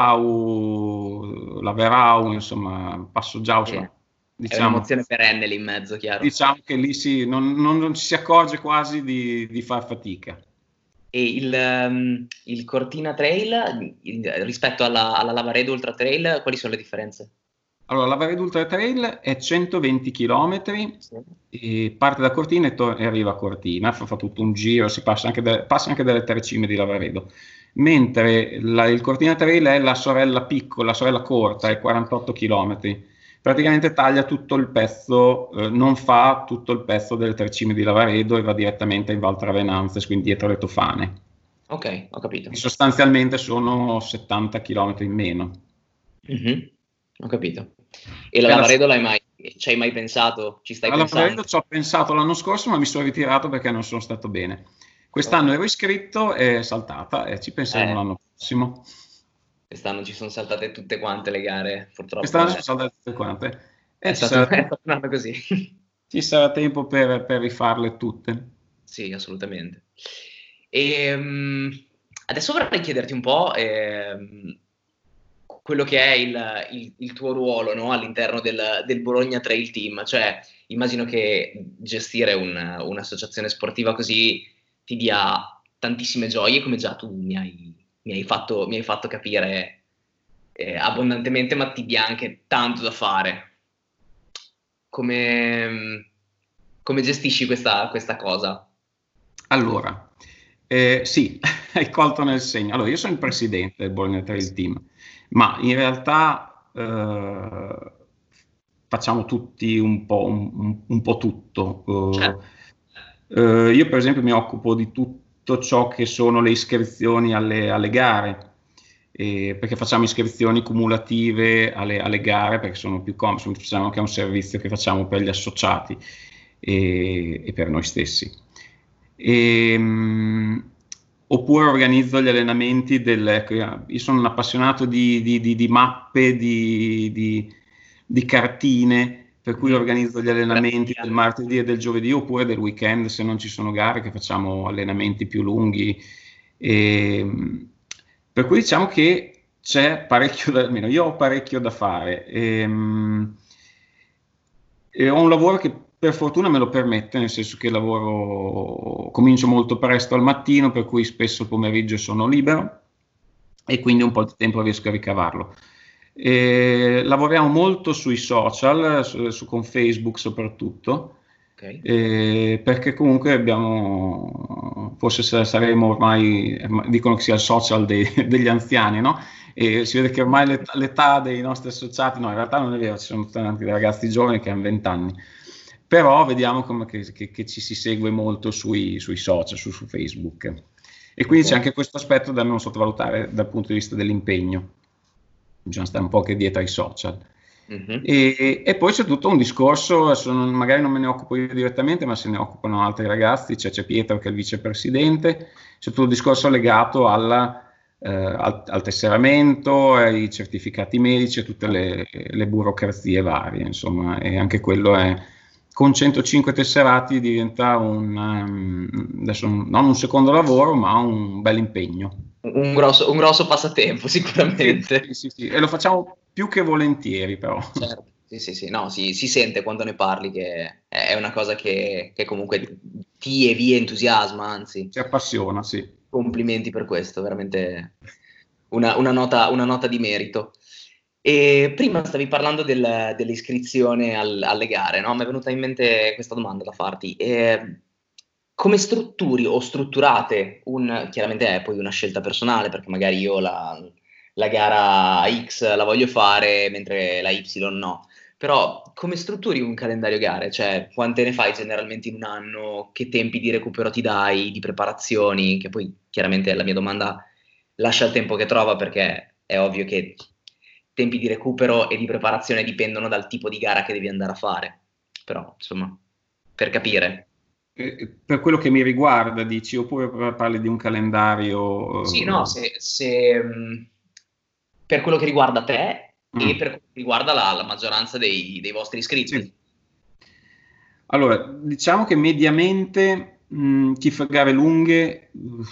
Nuvolau, Laverau, insomma, Passo Giau, sì. Diciamo, è un'emozione perenne lì in mezzo, chiaro. Diciamo che lì si, non, non, non ci si accorge quasi di, di far fatica. E il, um, il Cortina Trail, il, rispetto alla, alla Lavaredo Ultra Trail, quali sono le differenze? Allora, la Lavaredo Ultra Trail è centoventi chilometri, sì. E parte da Cortina e, to- e arriva a Cortina, fa, fa tutto un giro, si passa anche, de- passa anche dalle tre cime di Lavaredo, mentre la, il Cortina Trail è la sorella piccola, la sorella corta, è quarantotto chilometri, praticamente taglia tutto il pezzo, eh, non fa tutto il pezzo delle tre cime di Lavaredo e va direttamente in Val Travenanza, quindi dietro le Tofane. Ok, ho capito. E sostanzialmente sono settanta chilometri in meno. Mm-hmm. Ho capito. E la Lavaredo l'hai mai, ci hai mai pensato? Ci stai alla pensando? Lavaredo ci ho pensato l'anno scorso, ma mi sono ritirato perché non sono stato bene. Quest'anno okay. ero iscritto e è saltata e ci penseremo eh. l'anno prossimo. Quest'anno ci sono saltate tutte quante le gare, purtroppo. Quest'anno ci sono saltate tutte quante. E è, ci stato, sarà, è stato un anno così. Ci sarà tempo per, per rifarle tutte. Sì, assolutamente. E, um, adesso vorrei chiederti un po' eh, quello che è il, il, il tuo ruolo, no? All'interno del, del Bologna Trail Team. Cioè, immagino che gestire un, un'associazione sportiva così ti dia tantissime gioie, come già tu mi hai, mi hai, fatto, mi hai fatto capire eh, abbondantemente, ma ti dia anche tanto da fare. Come, come gestisci questa, questa cosa? Allora, eh, sì, hai colto nel segno. Allora, io sono il presidente del Bologna Trail Team, ma in realtà eh, facciamo tutti un po', un, un po' tutto. Uh, Certo. uh, io per esempio mi occupo di tutto ciò che sono le iscrizioni alle, alle gare, eh, perché facciamo iscrizioni cumulative alle, alle gare, perché sono più comode, diciamo che è un servizio che facciamo per gli associati e, e per noi stessi. E, um, oppure organizzo gli allenamenti del... Io sono un appassionato di, di, di, di mappe, di, di, di cartine, per cui organizzo gli allenamenti del martedì e del giovedì, oppure del weekend se non ci sono gare, che facciamo allenamenti più lunghi. E, per cui diciamo che c'è parecchio da, almeno io ho parecchio da fare. E, e ho un lavoro che per fortuna me lo permette, nel senso che lavoro, comincio molto presto al mattino, per cui spesso il pomeriggio sono libero e quindi un po' di tempo riesco a ricavarlo. E lavoriamo molto sui social, su, su, con Facebook soprattutto, okay. eh, perché comunque abbiamo, forse saremo ormai, dicono che sia il social dei, degli anziani, no? E si vede che ormai l'età, l'età dei nostri associati, no, in realtà non è vero, ci sono tanti ragazzi giovani che hanno venti anni, però vediamo come che, che, che ci si segue molto sui, sui social, su, su Facebook. E quindi okay. C'è anche questo aspetto da non sottovalutare dal punto di vista dell'impegno. Bisogna stare un po' che dietro ai social. Mm-hmm. E, e poi c'è tutto un discorso, non, magari non me ne occupo io direttamente, ma se ne occupano altri ragazzi, c'è, c'è Pietro che è il vicepresidente, c'è tutto un discorso legato alla, eh, al, al tesseramento, ai certificati medici, a tutte le, le burocrazie varie, insomma, e anche quello è... Con centocinque tesserati diventa un, um, adesso non un secondo lavoro, ma un bel impegno. Un grosso, un grosso passatempo, sicuramente. Sì, sì, sì, e lo facciamo più che volentieri, però. Certo, sì, sì, sì, no, si, si sente quando ne parli che è una cosa che, che comunque ti e vi entusiasma, anzi. Ci appassiona, sì. Complimenti per questo, veramente una, una, nota, una nota di merito. E prima stavi parlando del, dell'iscrizione al, alle gare, no? Mi è venuta in mente questa domanda da farti. E come strutturi o strutturate, un, chiaramente è poi una scelta personale, perché magari io la, la gara X la voglio fare, mentre la Y no. Però come strutturi un calendario gare? Cioè, quante ne fai generalmente in un anno? Che tempi di recupero ti dai, di preparazioni? Che poi chiaramente la mia domanda lascia il tempo che trova, perché è ovvio che tempi di recupero e di preparazione dipendono dal tipo di gara che devi andare a fare, però insomma, per capire. Eh, per quello che mi riguarda, dici, oppure parli di un calendario? Sì, no, se, se mh, per quello che riguarda te mm. e per quello che riguarda la, la maggioranza dei, dei vostri iscritti. Sì. Allora, diciamo che mediamente mh, chi fa gare lunghe,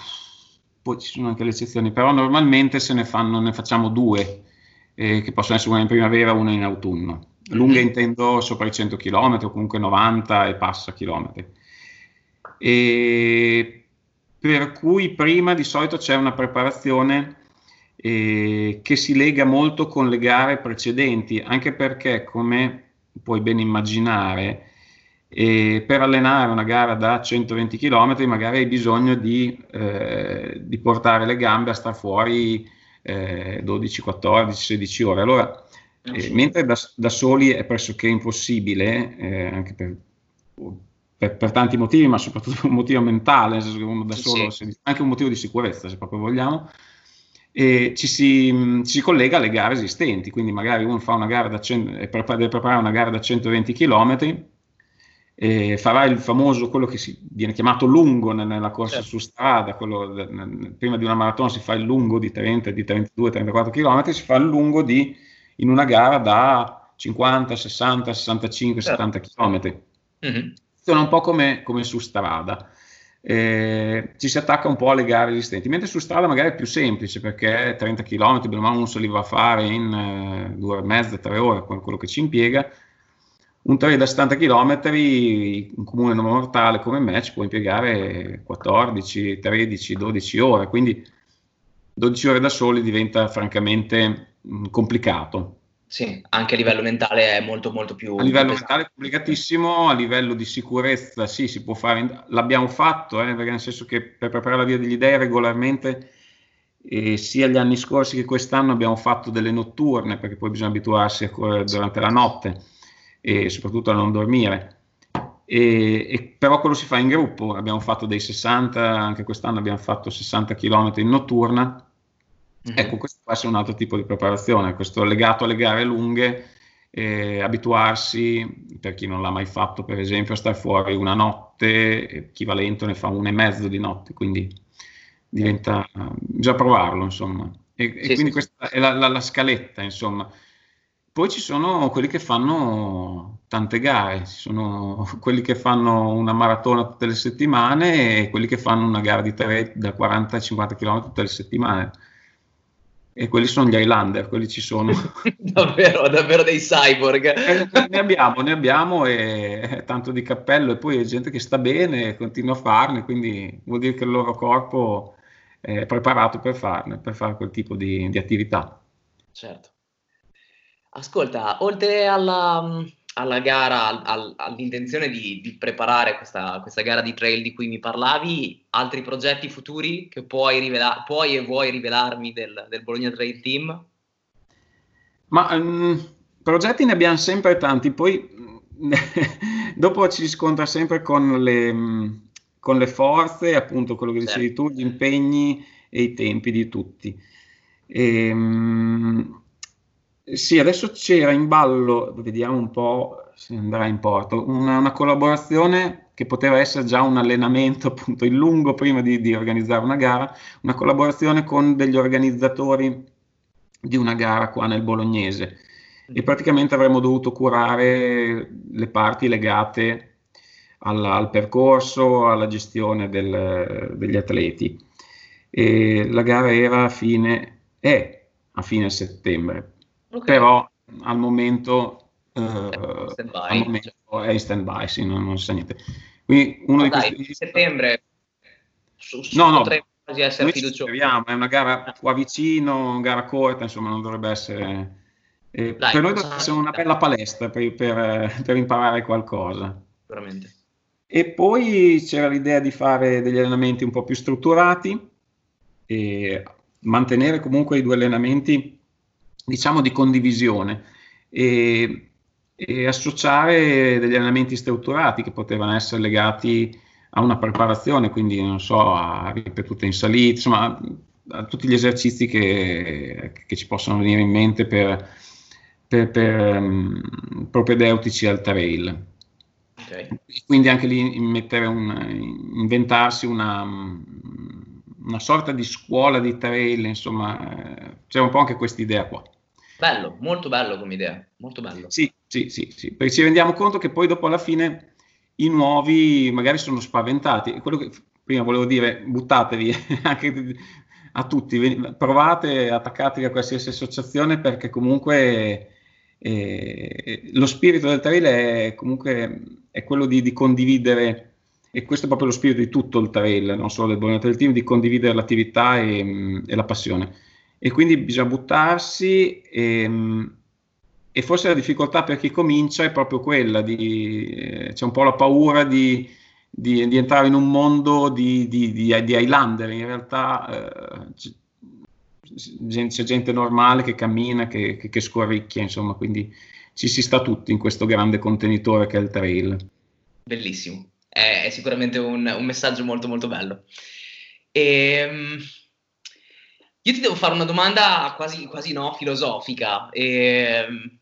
poi ci sono anche le eccezioni, però normalmente se ne fanno, ne facciamo due. Eh, che possono essere una in primavera e una in autunno. Lunghe mm-hmm. intendo sopra i cento chilometri o comunque novanta e passa chilometri. E per cui prima di solito c'è una preparazione eh, che si lega molto con le gare precedenti, anche perché, come puoi ben immaginare, eh, per allenare una gara da centoventi chilometri magari hai bisogno di, eh, di portare le gambe a star fuori Eh, dodici, quattordici, sedici ore. Allora, eh, mentre da, da soli è pressoché impossibile, eh, anche per, per, per tanti motivi, ma soprattutto per un motivo mentale, nel senso che uno da solo, sì. se, anche un motivo di sicurezza, se proprio vogliamo, e ci si, ci si collega alle gare esistenti. Quindi magari uno fa una gara da cento, deve preparare una gara da centoventi chilometri, e farà il famoso, quello che si viene chiamato lungo nella corsa certo. su strada, quello, prima di una maratona si fa il lungo di trenta, di trentadue, trentaquattro chilometri, si fa il lungo di, in una gara da cinquanta, sessanta, sessantacinque, certo. settanta chilometri. Mm-hmm. Sono un po' come, come su strada. Eh, ci si attacca un po' alle gare esistenti, mentre su strada magari è più semplice, perché trenta chilometri, bene o male uno se li va a fare in eh, due ore e mezza, tre ore, quello che ci impiega. Un trail da settanta chilometri, un comune mortale come me ci può impiegare quattordici, tredici, dodici ore, quindi dodici ore da soli diventa francamente mh, complicato. Sì, anche a livello mentale è molto molto più... A livello mentale è complicatissimo, a livello di sicurezza sì, si può fare, l'abbiamo fatto, eh, perché nel senso che per preparare la Via degli Dei regolarmente, eh, sia gli anni scorsi che quest'anno abbiamo fatto delle notturne, perché poi bisogna abituarsi a correre durante la notte. e soprattutto a non dormire. E, e però quello si fa in gruppo, abbiamo fatto dei sessanta, anche quest'anno abbiamo fatto sessanta chilometri in notturna. Mm-hmm. Ecco, questo può essere un altro tipo di preparazione, questo legato alle gare lunghe, eh, abituarsi, per chi non l'ha mai fatto per esempio, a stare fuori una notte, chi va lento ne fa una e mezzo di notte, quindi diventa, bisogna provarlo insomma, e, sì, e quindi sì, questa sì. è la, la, la scaletta insomma. Poi ci sono quelli che fanno tante gare, ci sono quelli che fanno una maratona tutte le settimane e quelli che fanno una gara di trail da quaranta a cinquanta chilometri tutte le settimane. E quelli sono gli Highlander, quelli ci sono. davvero, davvero dei cyborg. Eh, ne abbiamo, ne abbiamo e tanto di cappello, e poi è gente che sta bene e continua a farne, quindi vuol dire che il loro corpo è preparato per farne, per fare quel tipo di, di attività. Certo. Ascolta, oltre alla, alla gara, al, al, all'intenzione di, di preparare questa, questa gara di trail di cui mi parlavi, altri progetti futuri che puoi, rivela- puoi e vuoi rivelarmi del, del Bologna Trail Team? Ma um, progetti ne abbiamo sempre tanti, poi dopo ci si scontra sempre con le, con le forze, appunto quello che dicevi certo. tu, gli impegni e i tempi di tutti. E, um, sì, adesso c'era in ballo, vediamo un po' se andrà in porto, una, una collaborazione che poteva essere già un allenamento, appunto in lungo prima di, di organizzare una gara, una collaborazione con degli organizzatori di una gara qua nel Bolognese, e praticamente avremmo dovuto curare le parti legate al, al percorso, alla gestione del, degli atleti. E la gara era a fine, è a fine settembre. Okay. Però al momento, eh, al momento cioè. è in stand-by, sì, non, non si sa niente. Quindi uno no, di dai, questi... settembre su, su no, no, potrebbe quasi essere noi fiducioso. Ci speriamo, è una gara qua vicino, gara corta, insomma non dovrebbe essere... Eh, dai, per noi dovrebbe essere una bella palestra per, per, per imparare qualcosa. Sicuramente. E poi c'era l'idea di fare degli allenamenti un po' più strutturati e mantenere comunque i due allenamenti, diciamo, di condivisione, e, e associare degli allenamenti strutturati che potevano essere legati a una preparazione, quindi non so, a ripetute in salita, insomma a tutti gli esercizi che, che ci possono venire in mente per, per, per um, propedeutici al trail. Okay. Quindi anche lì mettere un, inventarsi una, una sorta di scuola di trail, insomma, c'è un po' anche questa idea qua. Bello, molto bello come idea, molto bello. Sì, sì, sì, sì, perché ci rendiamo conto che poi dopo alla fine i nuovi magari sono spaventati. Quello che prima volevo dire, buttatevi anche a tutti, provate, attaccatevi a qualsiasi associazione, perché comunque eh, lo spirito del trail è comunque è quello di, di condividere, e questo è proprio lo spirito di tutto il trail, non solo del Bologna Trail Team, di condividere l'attività e, e la passione. E quindi bisogna buttarsi, e, e forse la difficoltà per chi comincia è proprio quella di, eh, c'è un po' la paura di, di, di entrare in un mondo di, di, di, di Highlander. In realtà eh, c'è gente normale che cammina, che, che, che scorricchia, insomma, quindi ci si sta tutti in questo grande contenitore che è il trail. Bellissimo, è, è sicuramente un, un messaggio molto molto bello. E, um, io ti devo fare una domanda quasi, quasi no, filosofica. E, um,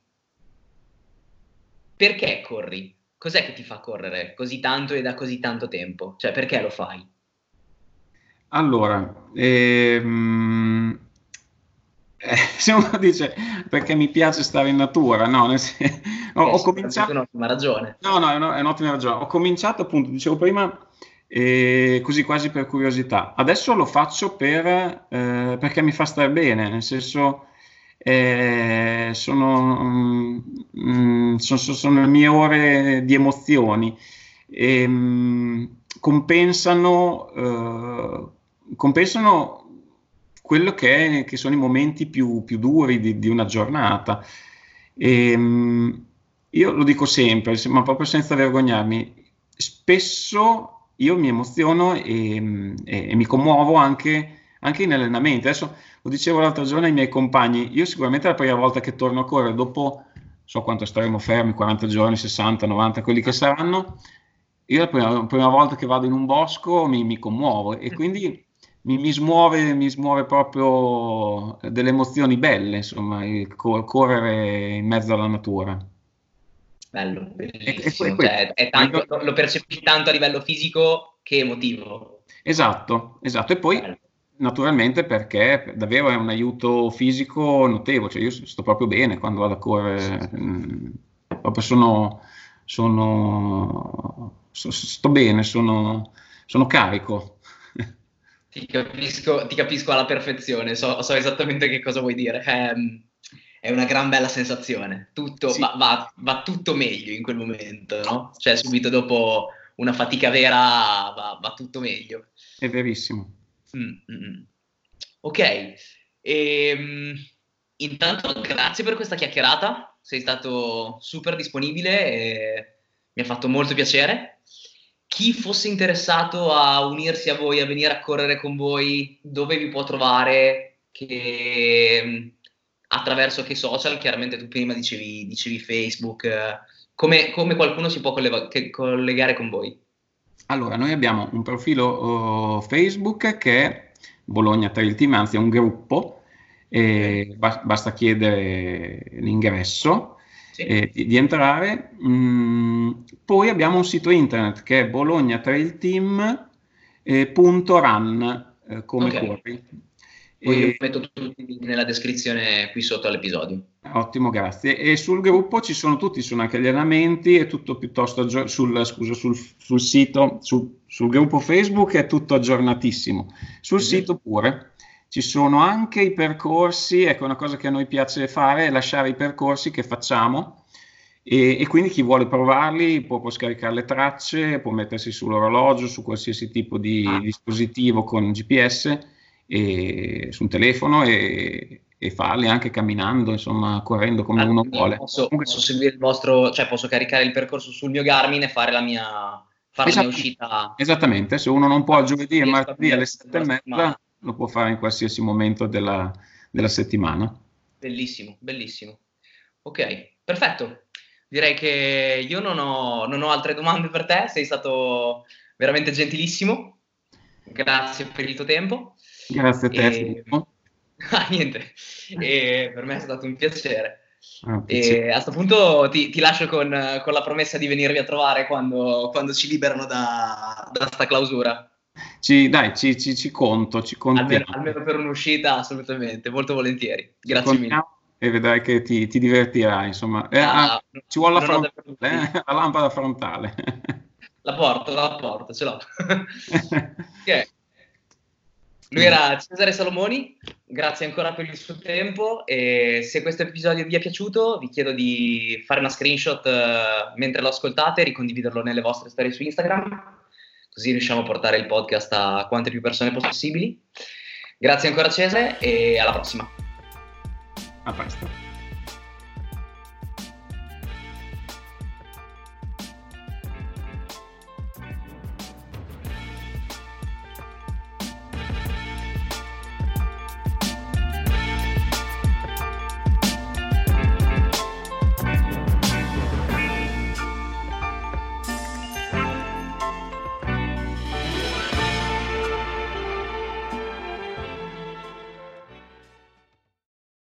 perché corri? Cos'è che ti fa correre così tanto e da così tanto tempo? Cioè, perché lo fai? Allora, ehm, eh, se uno dice perché mi piace stare in natura, no, nel senso, ho, ho cominciato... È un'ottima ragione. No, no, è, no, è un'ottima ragione. Ho cominciato, appunto, dicevo prima, eh, così quasi per curiosità. Adesso lo faccio per, eh, perché mi fa stare bene, nel senso... Eh, sono, mm, sono, sono le mie ore di emozioni, e, mm, compensano, eh, compensano quello che, è, che sono i momenti più, più duri di, di una giornata. E, mm, io lo dico sempre, ma proprio senza vergognarmi, spesso io mi emoziono e, e, e mi commuovo anche, anche in allenamento. Adesso lo dicevo l'altro giorno ai miei compagni, io sicuramente è la prima volta che torno a correre dopo so quanto staremo fermi, quaranta giorni, sessanta, novanta, quelli che saranno. Io la prima, la prima volta che vado in un bosco mi, mi commuovo e quindi mi, mi, smuove, mi smuove proprio delle emozioni belle, insomma, il cor- correre in mezzo alla natura. Bello, E, bellissimo, e, e, cioè, è tanto, lo percepisci tanto a livello fisico che emotivo. Esatto, esatto. E poi Bello. naturalmente perché davvero è un aiuto fisico notevole, cioè io sto proprio bene quando vado a correre, mh, proprio sono, sono so- sto bene, sono, sono carico. Ti capisco, ti capisco alla perfezione, so, so esattamente che cosa vuoi dire. È, è una gran bella sensazione. Tutto, Sì, va, va- va tutto meglio in quel momento, no? Cioè, subito dopo una fatica vera va, va tutto meglio. è verissimo. Mm, mm, mm. Ok, ehm, intanto grazie per questa chiacchierata, sei stato super disponibile e mi ha fatto molto piacere. Chi fosse interessato a unirsi a voi, a venire a correre con voi, dove vi può trovare? Che, attraverso che social? Chiaramente tu prima dicevi, dicevi Facebook. eh, come, come qualcuno si può collega- che- collegare con voi? Allora, noi abbiamo un profilo uh, Facebook che è Bologna Trail Team, anzi è un gruppo, Ok. e ba- basta chiedere l'ingresso Sì? eh, di, di entrare. Mm, poi abbiamo un sito internet che è bolognatrailteam punto run, eh, come Ok. corri. Poi io E- metto tutti i link nella descrizione qui sotto all'episodio. Ottimo, grazie. E sul gruppo ci sono tutti, sono anche gli allenamenti, è tutto piuttosto aggio- sul, scusa, sul, sul sito, sul, sul gruppo Facebook è tutto aggiornatissimo. Sul Mhm. sito pure ci sono anche i percorsi, ecco una cosa che a noi piace fare è lasciare i percorsi che facciamo e, e quindi chi vuole provarli può, può scaricare le tracce, può mettersi sull'orologio, su qualsiasi tipo di Ah, dispositivo con G P S e, su un telefono e, e farli anche camminando, insomma, correndo come allora, uno quindi vuole. posso, Comunque, posso seguire il vostro, cioè posso caricare il percorso sul mio Garmin e fare la mia, fare la mia esattamente, uscita esattamente, se uno non può il giovedì e riesco a martedì alle finire sette e la mezza, settimana. lo può fare in qualsiasi momento della, della settimana. Bellissimo, bellissimo. Ok, perfetto. Direi che io non ho, non ho altre domande per te, sei stato veramente gentilissimo. Grazie per il tuo tempo. Grazie a te, E... Filippo. Ah, niente, e per me è stato un piacere. È un piacere. E a questo punto ti, ti lascio con, con la promessa di venirvi a trovare quando, quando ci liberano da, da sta clausura. Ci, dai, ci, ci, ci conto, ci Almeno, contiamo, almeno per un'uscita, assolutamente, molto volentieri. ci Grazie mille. contiamo e vedrai che ti, ti divertirai, insomma. Eh, ah, Ah, ci vuole la non ho frontale, davvero dubbi. eh? La lampada frontale. La porto, la porto, ce l'ho. Ok. Lui Bene. era Cesare Salomoni, grazie ancora per il suo tempo e se questo episodio vi è piaciuto vi chiedo di fare una screenshot uh, mentre lo ascoltate e ricondividerlo nelle vostre storie su Instagram, così riusciamo a portare il podcast a quante più persone possibili. Grazie ancora Cesare e alla prossima. A presto.